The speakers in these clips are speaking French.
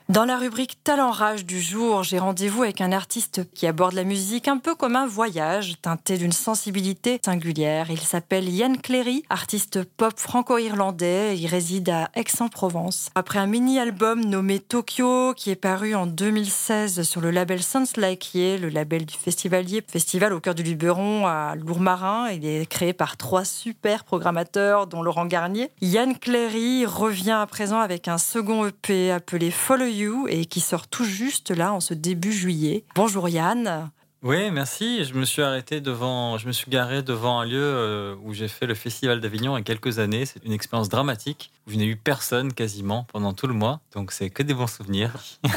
Dans la rubrique Talent Rage du jour, j'ai rendez-vous avec un artiste qui aborde la musique un peu comme un voyage, teinté d'une sensibilité singulière. Il s'appelle Ian Cleary, artiste pop franco-irlandais. Il réside à Aix-en-Provence. Après un mini-album nommé Tokyo, qui est paru en 2016 sur le label Sounds Like Yeah, le label du Festivalier, festival au cœur du Luberon à Lourmarin. Il est créé par 3 super programmateurs, dont Laurent Garnier. Ian Cleary revient à présent avec un second EP appelé Follow You et qui sort tout juste là en ce début juillet. Bonjour Yann. Oui, merci. Je me suis garé devant un lieu où j'ai fait le Festival d'Avignon il y a quelques années. C'est une expérience dramatique où je n'ai eu personne quasiment pendant tout le mois. Donc c'est que des bons souvenirs.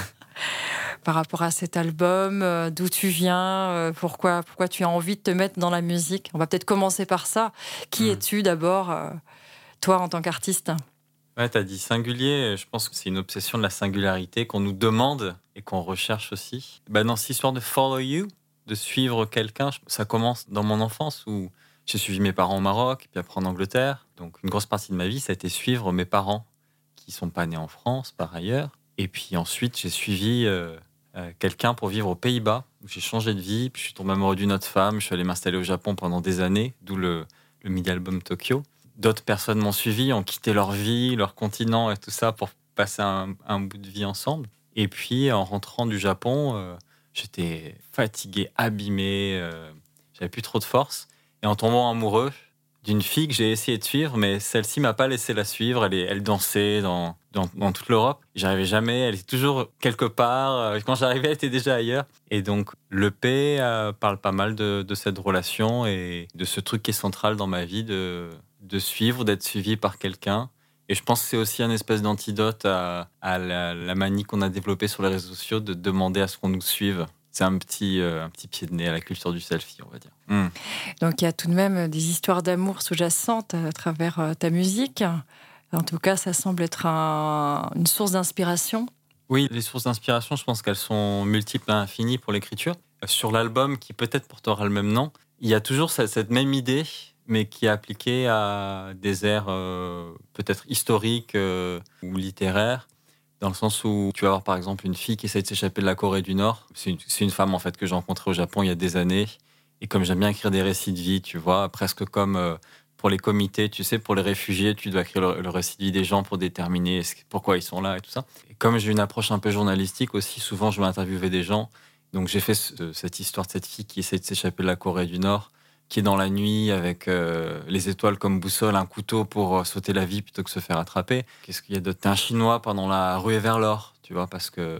Par rapport à cet album, d'où tu viens, pourquoi tu as envie de te mettre dans la musique? On va peut-être commencer par ça. Qui es-tu d'abord, toi en tant qu'artiste? Ouais, t'as dit singulier. Je pense que c'est une obsession de la singularité qu'on nous demande et qu'on recherche aussi. Dans cette histoire de follow you, de suivre quelqu'un, ça commence dans mon enfance où j'ai suivi mes parents au Maroc, puis après en Angleterre. Donc une grosse partie de ma vie, ça a été suivre mes parents qui sont pas nés en France par ailleurs. Et puis ensuite, j'ai suivi quelqu'un pour vivre aux Pays-Bas, où j'ai changé de vie. Puis je suis tombé amoureux d'une autre femme. Je suis allé m'installer au Japon pendant des années, d'où le mini-album Tokyo. D'autres personnes m'ont suivi, ont quitté leur vie, leur continent et tout ça pour passer un bout de vie ensemble. Et puis, en rentrant du Japon, j'étais fatigué, abîmé, j'avais plus trop de force. Et en tombant amoureux d'une fille que j'ai essayé de suivre, mais celle-ci m'a pas laissé la suivre. Elle dansait dans toute l'Europe. J'arrivais jamais, elle était toujours quelque part. Quand j'arrivais, elle était déjà ailleurs. Et donc, l'EP parle pas mal de cette relation et de ce truc qui est central dans ma vie, de suivre, d'être suivi par quelqu'un. Et je pense que c'est aussi un espèce d'antidote à la manie qu'on a développée sur les réseaux sociaux de demander à ce qu'on nous suive. C'est un petit pied de nez à la culture du selfie, on va dire. Donc il y a tout de même des histoires d'amour sous-jacentes à travers ta musique. En tout cas, ça semble être une source d'inspiration. Oui, les sources d'inspiration, je pense qu'elles sont multiples et infinies pour l'écriture. Sur l'album, qui peut-être portera le même nom, il y a toujours cette même idée, mais qui est appliquée à des airs peut-être historiques ou littéraires, dans le sens où tu vas avoir par exemple une fille qui essaie de s'échapper de la Corée du Nord. C'est une femme en fait que j'ai rencontrée au Japon il y a des années. Et comme j'aime bien écrire des récits de vie, tu vois, presque comme pour les comités, tu sais, pour les réfugiés, tu dois écrire le récit de vie des gens pour déterminer pourquoi ils sont là et tout ça. Et comme j'ai une approche un peu journalistique aussi, souvent je vais interviewer des gens. Donc j'ai fait cette histoire de cette fille qui essaie de s'échapper de la Corée du Nord, qui est dans la nuit avec les étoiles comme boussole, un couteau pour sauter la vie plutôt que se faire attraper. Qu'est-ce qu'il y a d'autre? T'es un Chinois pendant la ruée vers l'or, tu vois, parce que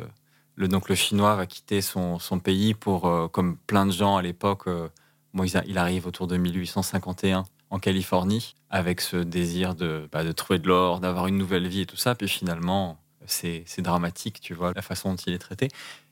le Chinois va quitter son pays pour, comme plein de gens à l'époque, il arrive autour de 1851 en Californie avec ce désir de trouver de l'or, d'avoir une nouvelle vie et tout ça. Puis finalement, c'est dramatique, tu vois, la façon dont il est traité.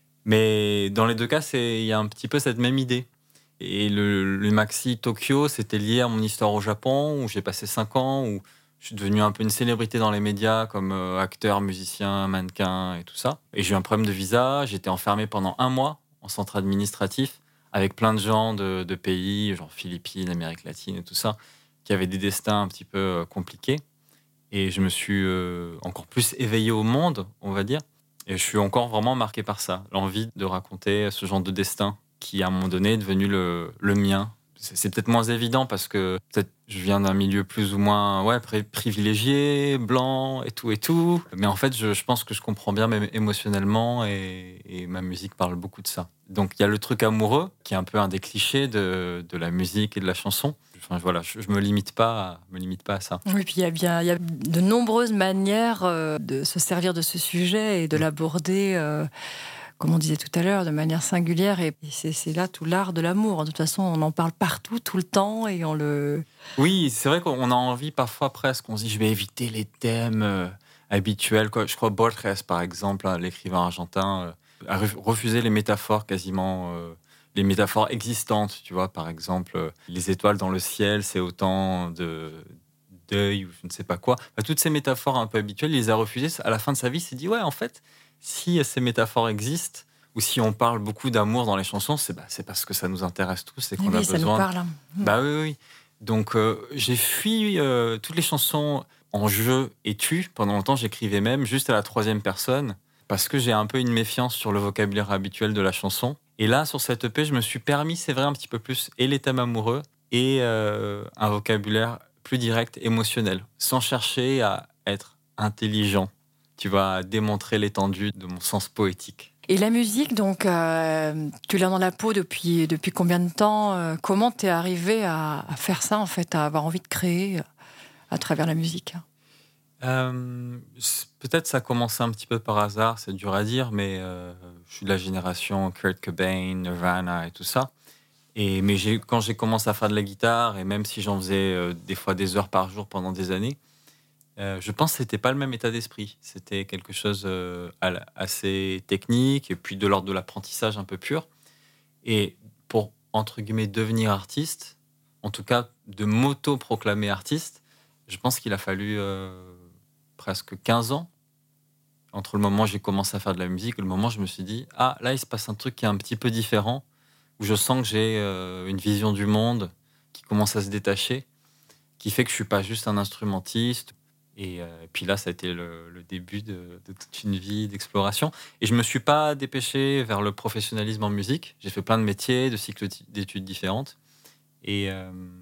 Mais dans les deux cas, il y a un petit peu cette même idée. Et le maxi Tokyo, c'était lié à mon histoire au Japon, où j'ai passé 5 ans, où je suis devenu un peu une célébrité dans les médias, comme acteur, musicien, mannequin et tout ça. Et j'ai eu un problème de visa, j'étais enfermé pendant 1 mois en centre administratif, avec plein de gens de pays, genre Philippines, Amérique latine et tout ça, qui avaient des destins un petit peu compliqués. Et je me suis encore plus éveillé au monde, on va dire. Et je suis encore vraiment marqué par ça, l'envie de raconter ce genre de destin qui, à un moment donné, est devenu le mien. C'est peut-être moins évident parce que peut-être je viens d'un milieu plus ou moins privilégié, blanc et tout. Mais en fait, je pense que je comprends bien même émotionnellement et ma musique parle beaucoup de ça. Donc il y a le truc amoureux qui est un peu un des clichés de la musique et de la chanson. Enfin, voilà, je me limite pas à ça. Oui, puis il y a de nombreuses manières de se servir de ce sujet et de l'aborder, comme on disait tout à l'heure, de manière singulière. Et c'est là tout l'art de l'amour. De toute façon, on en parle partout, tout le temps, et on le... Oui, c'est vrai qu'on a envie parfois presque, on se dit je vais éviter les thèmes habituels. Quoi. Je crois Borges, par exemple, l'écrivain argentin, a refusé les métaphores quasiment... les métaphores existantes, tu vois, par exemple, les étoiles dans le ciel, c'est autant de deuil ou je ne sais pas quoi. Toutes ces métaphores un peu habituelles, il les a refusées. À la fin de sa vie, il s'est dit, ouais, en fait, si ces métaphores existent, ou si on parle beaucoup d'amour dans les chansons, c'est parce que ça nous intéresse tous et qu'on a besoin... ça nous parle. Oui. Donc, j'ai fui toutes les chansons en je et tu. Pendant longtemps, j'écrivais même juste à la 3e personne. parce que j'ai un peu une méfiance sur le vocabulaire habituel de la chanson. Et là, sur cette EP, je me suis permis, c'est vrai, un petit peu plus, et les thèmes amoureux, et un vocabulaire plus direct, émotionnel, sans chercher à être intelligent, tu vois, à démontrer l'étendue de mon sens poétique. Et la musique, donc, tu l'as dans la peau depuis combien de temps? Comment t'es arrivé à faire ça, en fait, à avoir envie de créer à travers la musique? Peut-être ça a commencé un petit peu par hasard, c'est dur à dire, mais je suis de la génération Kurt Cobain, Nirvana et tout ça. Mais quand j'ai commencé à faire de la guitare, et même si j'en faisais des fois des heures par jour pendant des années, je pense que c'était pas le même état d'esprit. C'était quelque chose assez technique et puis de l'ordre de l'apprentissage un peu pur. Et pour, entre guillemets, devenir artiste, en tout cas de m'auto-proclamer artiste, je pense qu'il a fallu presque 15 ans entre le moment où j'ai commencé à faire de la musique et le moment où je me suis dit « Ah, là, il se passe un truc qui est un petit peu différent », où je sens que j'ai une vision du monde qui commence à se détacher, qui fait que je suis pas juste un instrumentiste. Et puis là, ça a été le début de toute une vie d'exploration. Et je me suis pas dépêché vers le professionnalisme en musique. J'ai fait plein de métiers, de cycles d'études différentes. Et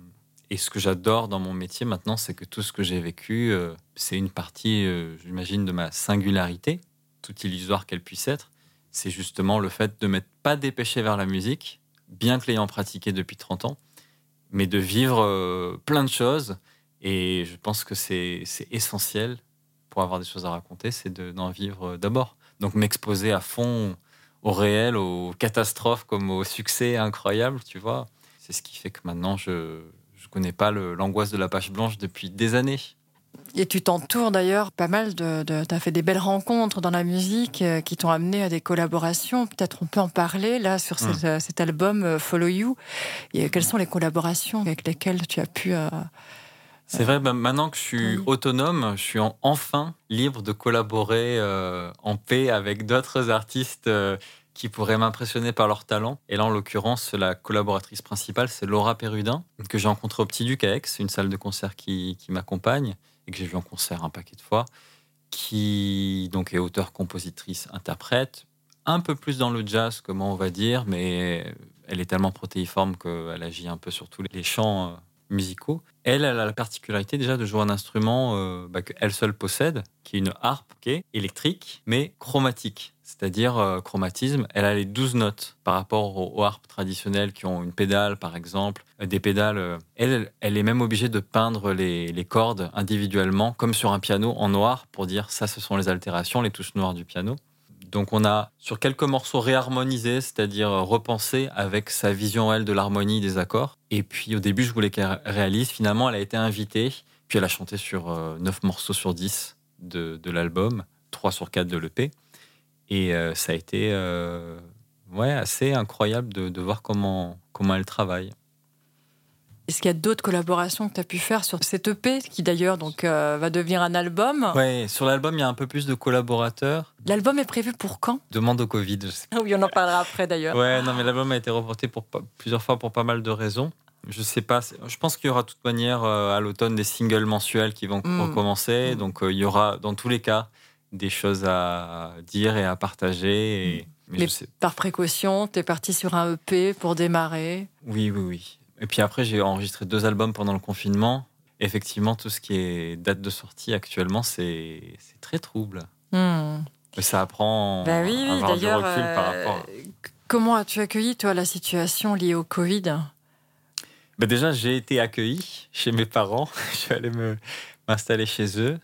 ce que j'adore dans mon métier maintenant, c'est que tout ce que j'ai vécu, c'est une partie, j'imagine, de ma singularité, toute illusoire qu'elle puisse être. C'est justement le fait de ne m'être pas dépêché vers la musique, bien que l'ayant pratiqué depuis 30 ans, mais de vivre plein de choses. Et je pense que c'est essentiel pour avoir des choses à raconter, c'est d'en vivre d'abord. Donc m'exposer à fond au réel, aux catastrophes comme aux succès incroyables, tu vois. C'est ce qui fait que maintenant, je connais pas l'angoisse de la page blanche depuis des années. Et tu t'entoures d'ailleurs pas mal t'as fait des belles rencontres dans la musique qui t'ont amené à des collaborations. Peut-être on peut en parler là sur cet album Follow You. Et quelles sont les collaborations avec lesquelles tu as pu... C'est vrai, maintenant que je suis autonome, je suis enfin libre de collaborer en paix avec d'autres artistes qui pourraient m'impressionner par leur talent. Et là, en l'occurrence, la collaboratrice principale, c'est Laura Perrudin, que j'ai rencontrée au Petit Duc à Aix, une salle de concert qui m'accompagne et que j'ai vu en concert un paquet de fois, qui donc est auteure, compositrice, interprète, un peu plus dans le jazz, comment on va dire, mais elle est tellement protéiforme qu'elle agit un peu sur tous les champs musicaux. Elle a la particularité déjà de jouer un instrument qu'elle seule possède, qui est une harpe électrique, mais chromatique. C'est-à-dire chromatisme, elle a les 12 notes par rapport aux harpes traditionnelles qui ont une pédale, par exemple, des pédales. Elle est même obligée de peindre les cordes individuellement, comme sur un piano, en noir, pour dire ça, ce sont les altérations, les touches noires du piano. Donc on a sur quelques morceaux réharmonisés, c'est-à-dire repensés avec sa vision, elle, de l'harmonie des accords. Et puis au début, je voulais qu'elle réalise. Finalement, elle a été invitée. Puis elle a chanté sur 9 morceaux sur 10 de l'album, 3 sur 4 de l'EP. Et ça a été assez incroyable de voir comment elle travaille. Est-ce qu'il y a d'autres collaborations que tu as pu faire sur cette EP, qui d'ailleurs donc, va devenir un album? Oui, sur l'album, il y a un peu plus de collaborateurs. L'album est prévu pour quand? Demande au Covid, je sais pas. Oui, on en parlera après d'ailleurs. Ouais, non, mais l'album a été reporté plusieurs fois pour pas mal de raisons. Je sais pas, je pense qu'il y aura de toute manière à l'automne des singles mensuels qui vont recommencer. Donc il y aura dans tous les cas des choses à dire et à partager. Mais par précaution, tu es parti sur un EP pour démarrer? Oui. Et puis après, j'ai enregistré 2 albums pendant le confinement. Effectivement, tout ce qui est date de sortie actuellement, c'est très trouble. Mais ça apprend à avoir du recul par rapport. Comment as-tu accueilli, toi, la situation liée au Covid? Déjà, j'ai été accueilli chez mes parents. Je suis allé m'installer chez eux.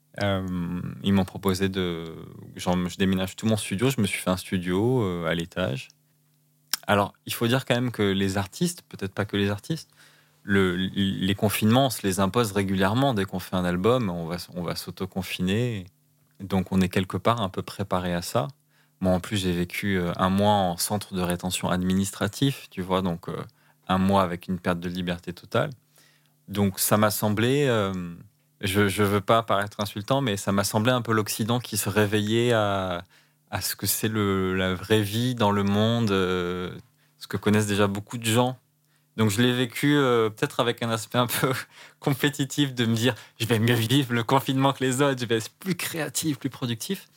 Ils m'ont proposé je déménage tout mon studio. Je me suis fait un studio à l'étage. Alors, il faut dire quand même que les artistes, peut-être pas que les artistes, les confinements, on se les impose régulièrement. Dès qu'on fait un album, on va s'auto-confiner. Donc, on est quelque part un peu préparé à ça. Moi, en plus, j'ai vécu 1 mois en centre de rétention administratif, tu vois, donc 1 mois avec une perte de liberté totale. Donc, ça m'a semblé, je veux pas paraître insultant, mais ça m'a semblé un peu l'Occident qui se réveillait à ce que c'est la vraie vie dans le monde, ce que connaissent déjà beaucoup de gens. Donc je l'ai vécu peut-être avec un aspect un peu compétitif de me dire je vais mieux vivre le confinement que les autres, je vais être plus créatif, plus productif.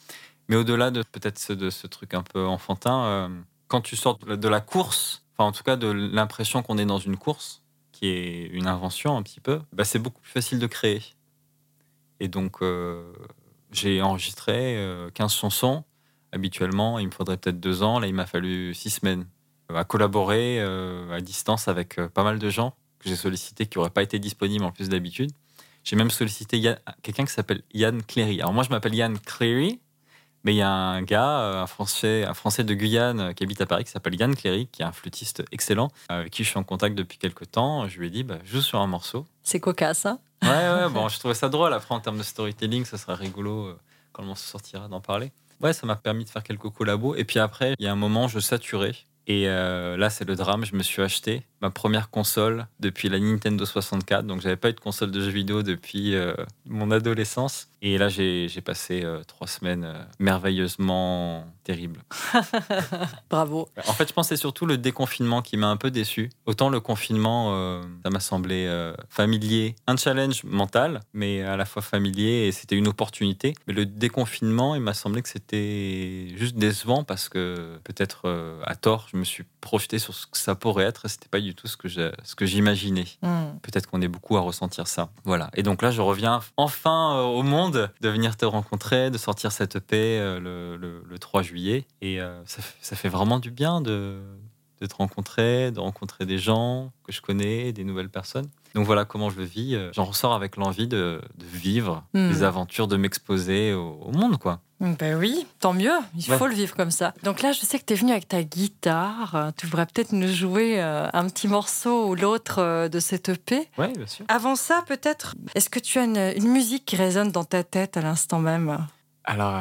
Mais au-delà de peut-être de ce truc un peu enfantin, quand tu sors de la course, enfin en tout cas de l'impression qu'on est dans une course, qui est une invention un petit peu, bah, c'est beaucoup plus facile de créer. Et donc j'ai enregistré 15 chansons. Habituellement, il me faudrait peut-être 2 ans. Là, il m'a fallu 6 semaines à collaborer à distance avec pas mal de gens que j'ai sollicités qui n'auraient pas été disponibles en plus d'habitude. J'ai même sollicité quelqu'un qui s'appelle Yann Cléry. Alors moi, je m'appelle Yann Cléry, mais il y a un gars, un Français de Guyane qui habite à Paris, qui s'appelle Yann Cléry, qui est un flûtiste excellent, avec qui je suis en contact depuis quelques temps. Je lui ai dit, joue sur un morceau. C'est cocasse, hein? Ouais, bon, je trouvais ça drôle. Après, en termes de storytelling, ça sera rigolo quand le morceau sortira d'en parler. Ouais, ça m'a permis de faire quelques collabos. Et puis après, il y a un moment, je saturais. Et là, c'est le drame. Je me suis acheté ma première console depuis la Nintendo 64. Donc, j'avais pas eu de console de jeux vidéo depuis mon adolescence. Et là, j'ai passé 3 semaines merveilleusement terribles. Bravo. En fait, je pense que c'est surtout le déconfinement qui m'a un peu déçu. Autant le confinement, ça m'a semblé familier. Un challenge mental, mais à la fois familier. Et c'était une opportunité. Mais le déconfinement, il m'a semblé que c'était juste décevant parce que peut-être à tort, je me suis projeté sur ce que ça pourrait être. Et c'était pas du tout ce que j'imaginais. Peut-être qu'on est beaucoup à ressentir ça. Voilà. Et donc là, je reviens enfin au monde, de venir te rencontrer, de sortir cette EP le 3 juillet. Et ça fait vraiment du bien de te rencontrer, de rencontrer des gens que je connais, des nouvelles personnes. Donc voilà comment je le vis. J'en ressors avec l'envie de vivre des aventures, de m'exposer au monde, quoi. Ben oui, tant mieux, il faut le vivre comme ça. Donc là, je sais que tu es venu avec ta guitare. Tu voudrais peut-être nous jouer un petit morceau ou l'autre de cette EP. Oui, bien sûr. Avant ça, peut-être, est-ce que tu as une musique qui résonne dans ta tête à l'instant même? Alors,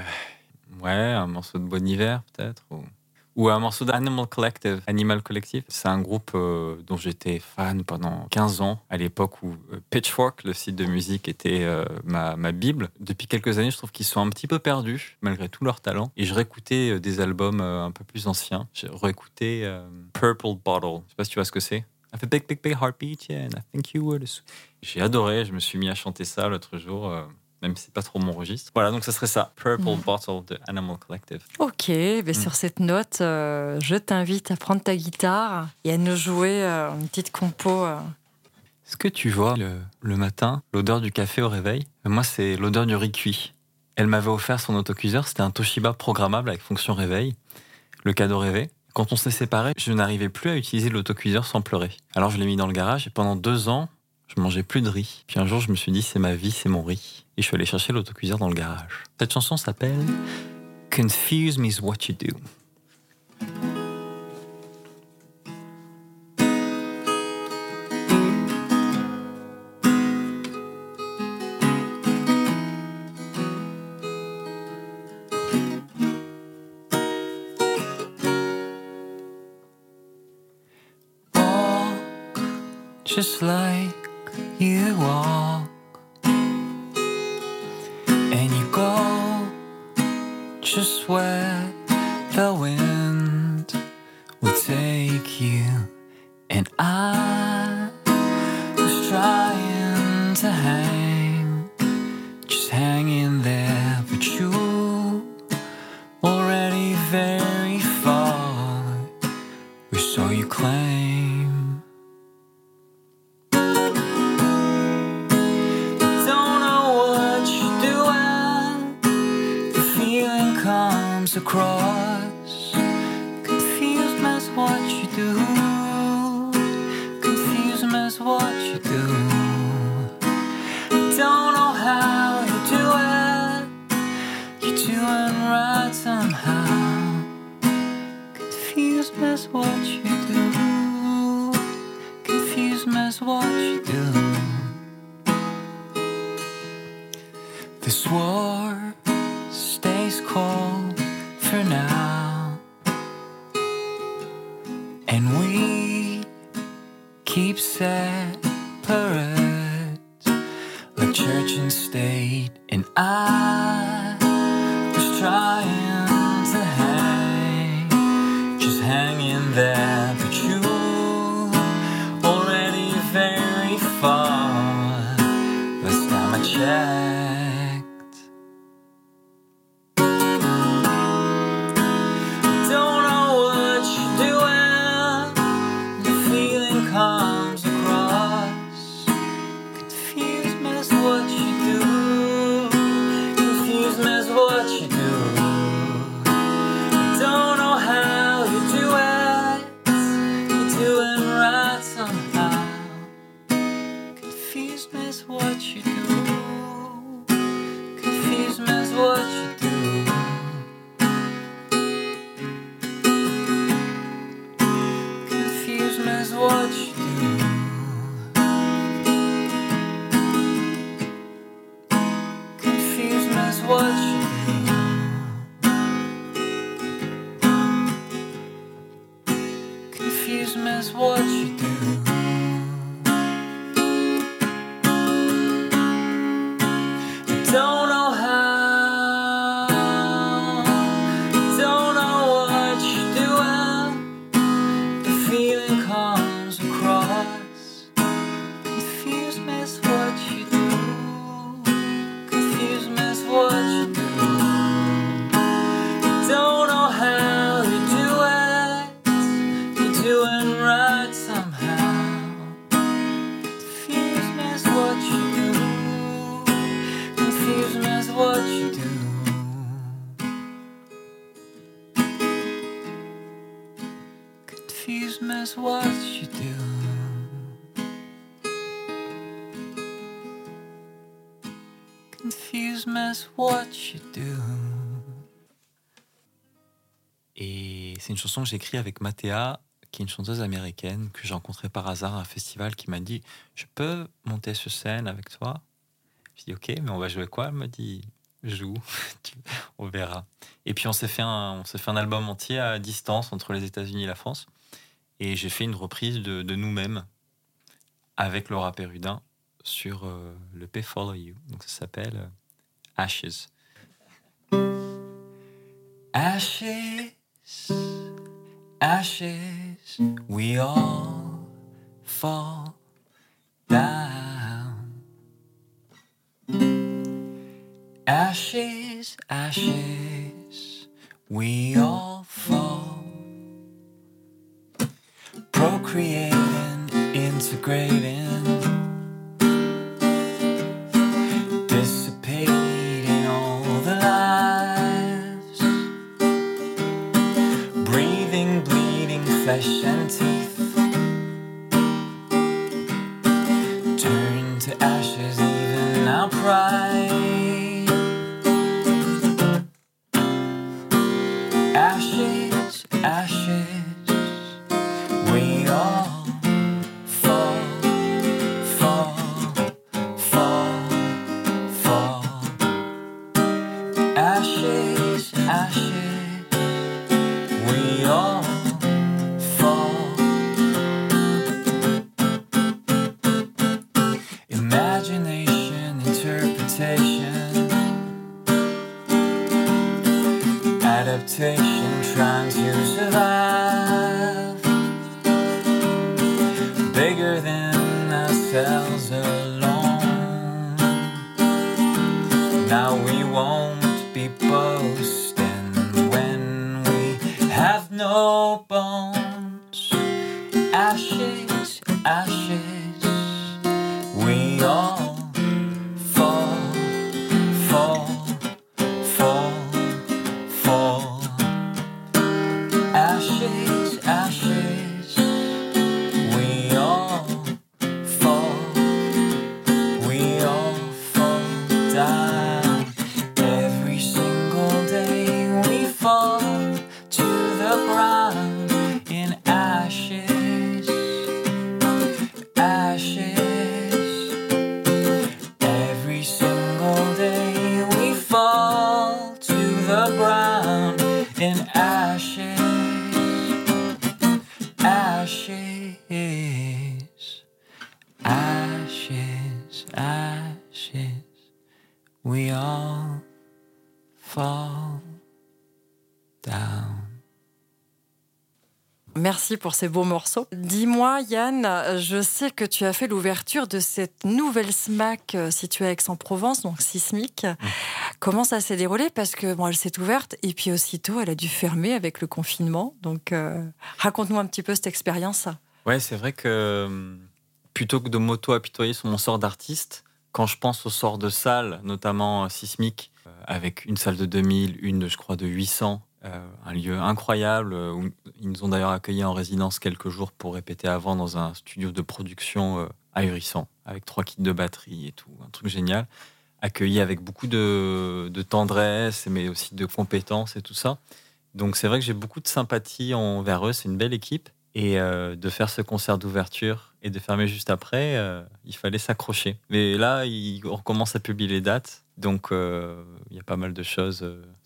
un morceau de Bon Hiver, peut-être. Ou un morceau d'Animal Collective. Animal Collective, c'est un groupe dont j'étais fan pendant 15 ans, à l'époque où Pitchfork, le site de musique, était ma bible. Depuis quelques années, je trouve qu'ils sont un petit peu perdus, malgré tout leur talent. Et je réécoutais des albums un peu plus anciens. J'ai réécouté Purple Bottle. Je sais pas si tu vois ce que c'est. I have a big, big, big heartbeat, yeah, and I think you were the... J'ai adoré, je me suis mis à chanter ça l'autre jour. Même si c'est pas trop mon registre. Voilà, donc ça serait ça. Purple Bottle de Animal Collective. Ok, sur cette note, je t'invite à prendre ta guitare et à nous jouer une petite compo. Est-ce que tu vois le matin, l'odeur du café au réveil? Moi, c'est l'odeur du riz cuit. Elle m'avait offert son autocuiseur, c'était un Toshiba programmable avec fonction réveil. Le cadeau rêvé. Quand on s'est séparés, je n'arrivais plus à utiliser l'autocuiseur sans pleurer. Alors je l'ai mis dans le garage et pendant 2 ans, je mangeais plus de riz. Puis un jour, je me suis dit, c'est ma vie, c'est mon riz. Et je suis allé chercher l'autocuiseur dans le garage. Cette chanson s'appelle Confuse Me is What You Do. Walk just like you walk. Just where the wind will take you. And I was trying to hang, just hanging there, but you already very far, or so you claim. Don't know what you're doing, the feeling comes across. Confused as what you do, confused as what you do. Don't know how you do it, you're doing right somehow. Confused as what you do, confused as what you do. This war stays cold for now, and we keep separate like church and state. And I was trying to hang, just hanging there, but you already very far. Last time I checked. miss what you do. I don't know how, don't know what you're doing. The feeling comes across. Confused, miss what you do. Confused, miss what you do. Don't know how you do it. You're doing right somehow. Confused, miss what you do. Confused, miss what you do. Confused, miss what you do. Confused, miss what you do. Et c'est une chanson que j'ai écrite avec Mathéa, qui est une chanteuse américaine que j'ai rencontrée par hasard à un festival, qui m'a dit « Je peux monter sur scène avec toi ?» Je dis « Ok, mais on va jouer quoi ?» Elle m'a dit « Joue, on verra. » Et puis on s'est fait un album entier à distance entre les États-Unis et la France. Et j'ai fait une reprise de nous-mêmes avec Laura Perrudin sur le P Follow You. Donc ça s'appelle Ashes. Ashes, ashes, we all fall down. Ashes, ashes, we all fall. Procreating, integrating, dissipating all the lives, breathing, bleeding flesh and teeth, turn to ashes even our pride. Ashes, ashes, we all fall, fall, fall, fall. Ashes, ashes, we all fall. Imagination, interpretation, adaptation, trying to survive. Bigger than ourselves alone. Now we won't be boasting when we have no bones. Ashes, ashes, we all fall, fall, fall, fall. Ashes, ashes, we all fall down. Every single day we fall to the ground in ashes, ashes. Every single day we fall to the ground in ashes, ashes, ashes, ashes. We all fall down. Merci pour ces beaux morceaux. Dis-moi, Yann, je sais que tu as fait l'ouverture de cette nouvelle SMAC située à Aix-en-Provence, donc Sismic. Comment ça s'est déroulé ? Parce que bon, elle s'est ouverte et puis aussitôt, elle a dû fermer avec le confinement. Donc, raconte-nous un petit peu cette expérience. Ouais, c'est vrai que plutôt que de m'auto-apitoyer sur mon sort d'artiste, quand je pense au sort de salle, notamment Sismic, avec une salle de 2000, une, je crois, de 800, un lieu incroyable, où ils nous ont d'ailleurs accueillis en résidence quelques jours pour répéter avant dans un studio de production ahurissant, avec 3 kits de batterie et tout, un truc génial, accueillis avec beaucoup de tendresse, mais aussi de compétences et tout ça. Donc c'est vrai que j'ai beaucoup de sympathie envers eux, c'est une belle équipe. Et de faire ce concert d'ouverture et de fermer juste après, il fallait s'accrocher. Mais là, on recommence à publier les dates, donc il y a pas mal de choses. Ça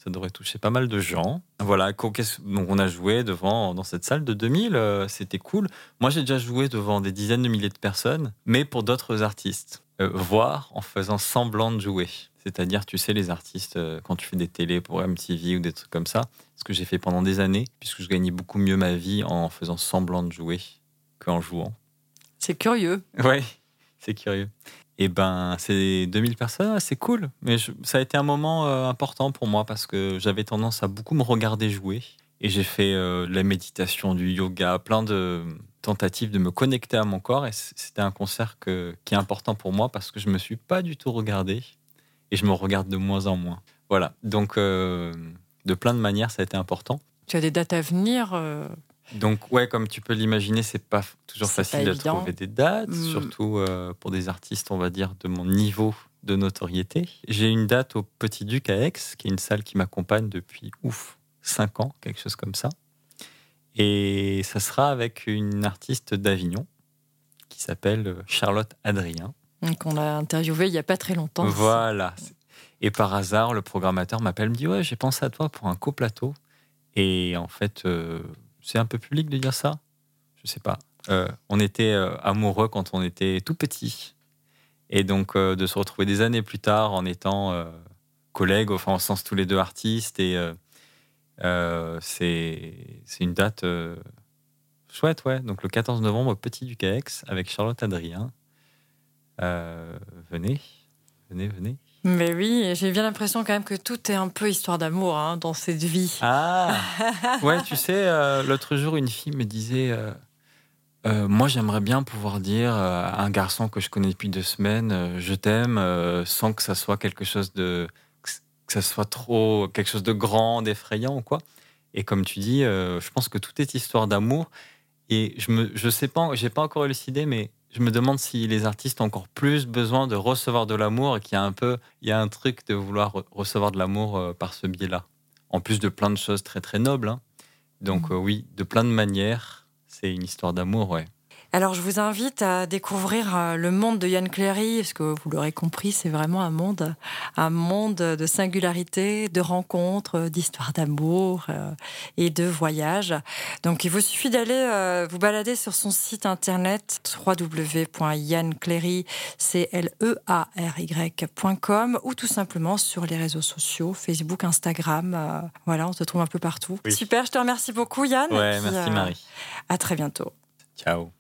ça devrait toucher pas mal de gens. Voilà, donc on a joué dans cette salle de 2000, c'était cool. Moi, j'ai déjà joué devant des dizaines de milliers de personnes, mais pour d'autres artistes. Voire en faisant semblant de jouer. C'est-à-dire, tu sais, les artistes, quand tu fais des télés pour MTV ou des trucs comme ça, ce que j'ai fait pendant des années, puisque je gagnais beaucoup mieux ma vie en faisant semblant de jouer qu'en jouant. C'est curieux. Ouais, c'est curieux. Et ces 2000 personnes, c'est cool. Mais ça a été un moment important pour moi parce que j'avais tendance à beaucoup me regarder jouer. Et j'ai fait de la méditation, du yoga, plein de tentatives de me connecter à mon corps. Et c'était un concert qui est important pour moi parce que je me suis pas du tout regardé. Et je me regarde de moins en moins. Voilà. Donc, de plein de manières, ça a été important. Tu as des dates à venir Donc, ouais, comme tu peux l'imaginer, c'est pas toujours facile de évident. trouver des dates, surtout pour des artistes, on va dire, de mon niveau de notoriété. J'ai une date au Petit Duc à Aix, qui est une salle qui m'accompagne depuis 5 ans, quelque chose comme ça. Et ça sera avec une artiste d'Avignon qui s'appelle Charlotte Adrien. Qu'on a interviewé il n'y a pas très longtemps. Voilà. Et par hasard, le programmateur m'appelle, me dit « Ouais, j'ai pensé à toi pour un coplateau. » Et en fait, c'est un peu public de dire ça. Je sais pas. On était amoureux quand on était tout petit. Et donc, de se retrouver des années plus tard en étant collègues, enfin, en sens tous les deux artistes. Et c'est une date chouette, ouais. Donc, le 14 novembre, au Petit Duc à Aix, avec Charlotte Adrien. Venez. Mais oui, j'ai bien l'impression quand même que tout est un peu histoire d'amour dans cette vie. Ah ouais, tu sais, l'autre jour, une fille me disait moi, j'aimerais bien pouvoir dire à un garçon que je connais depuis 2 semaines, je t'aime, sans que ça soit quelque chose de grand, d'effrayant ou quoi. Et comme tu dis, je pense que tout est histoire d'amour. Et je sais pas, j'ai pas encore élucidé, mais je me demande si les artistes ont encore plus besoin de recevoir de l'amour et qu'il y a un truc de vouloir recevoir de l'amour par ce biais-là. En plus de plein de choses très très nobles. Hein. Donc oui, de plein de manières, c'est une histoire d'amour, ouais. Alors, je vous invite à découvrir le monde de Yann Cléry, parce que vous l'aurez compris, c'est vraiment un monde de singularité, de rencontres, d'histoires d'amour et de voyages. Donc, il vous suffit d'aller vous balader sur son site internet www.yannclery.com ou tout simplement sur les réseaux sociaux, Facebook, Instagram. Voilà, on se trouve un peu partout. Oui. Super, je te remercie beaucoup, Yann. Ouais, merci Marie. À très bientôt. Ciao.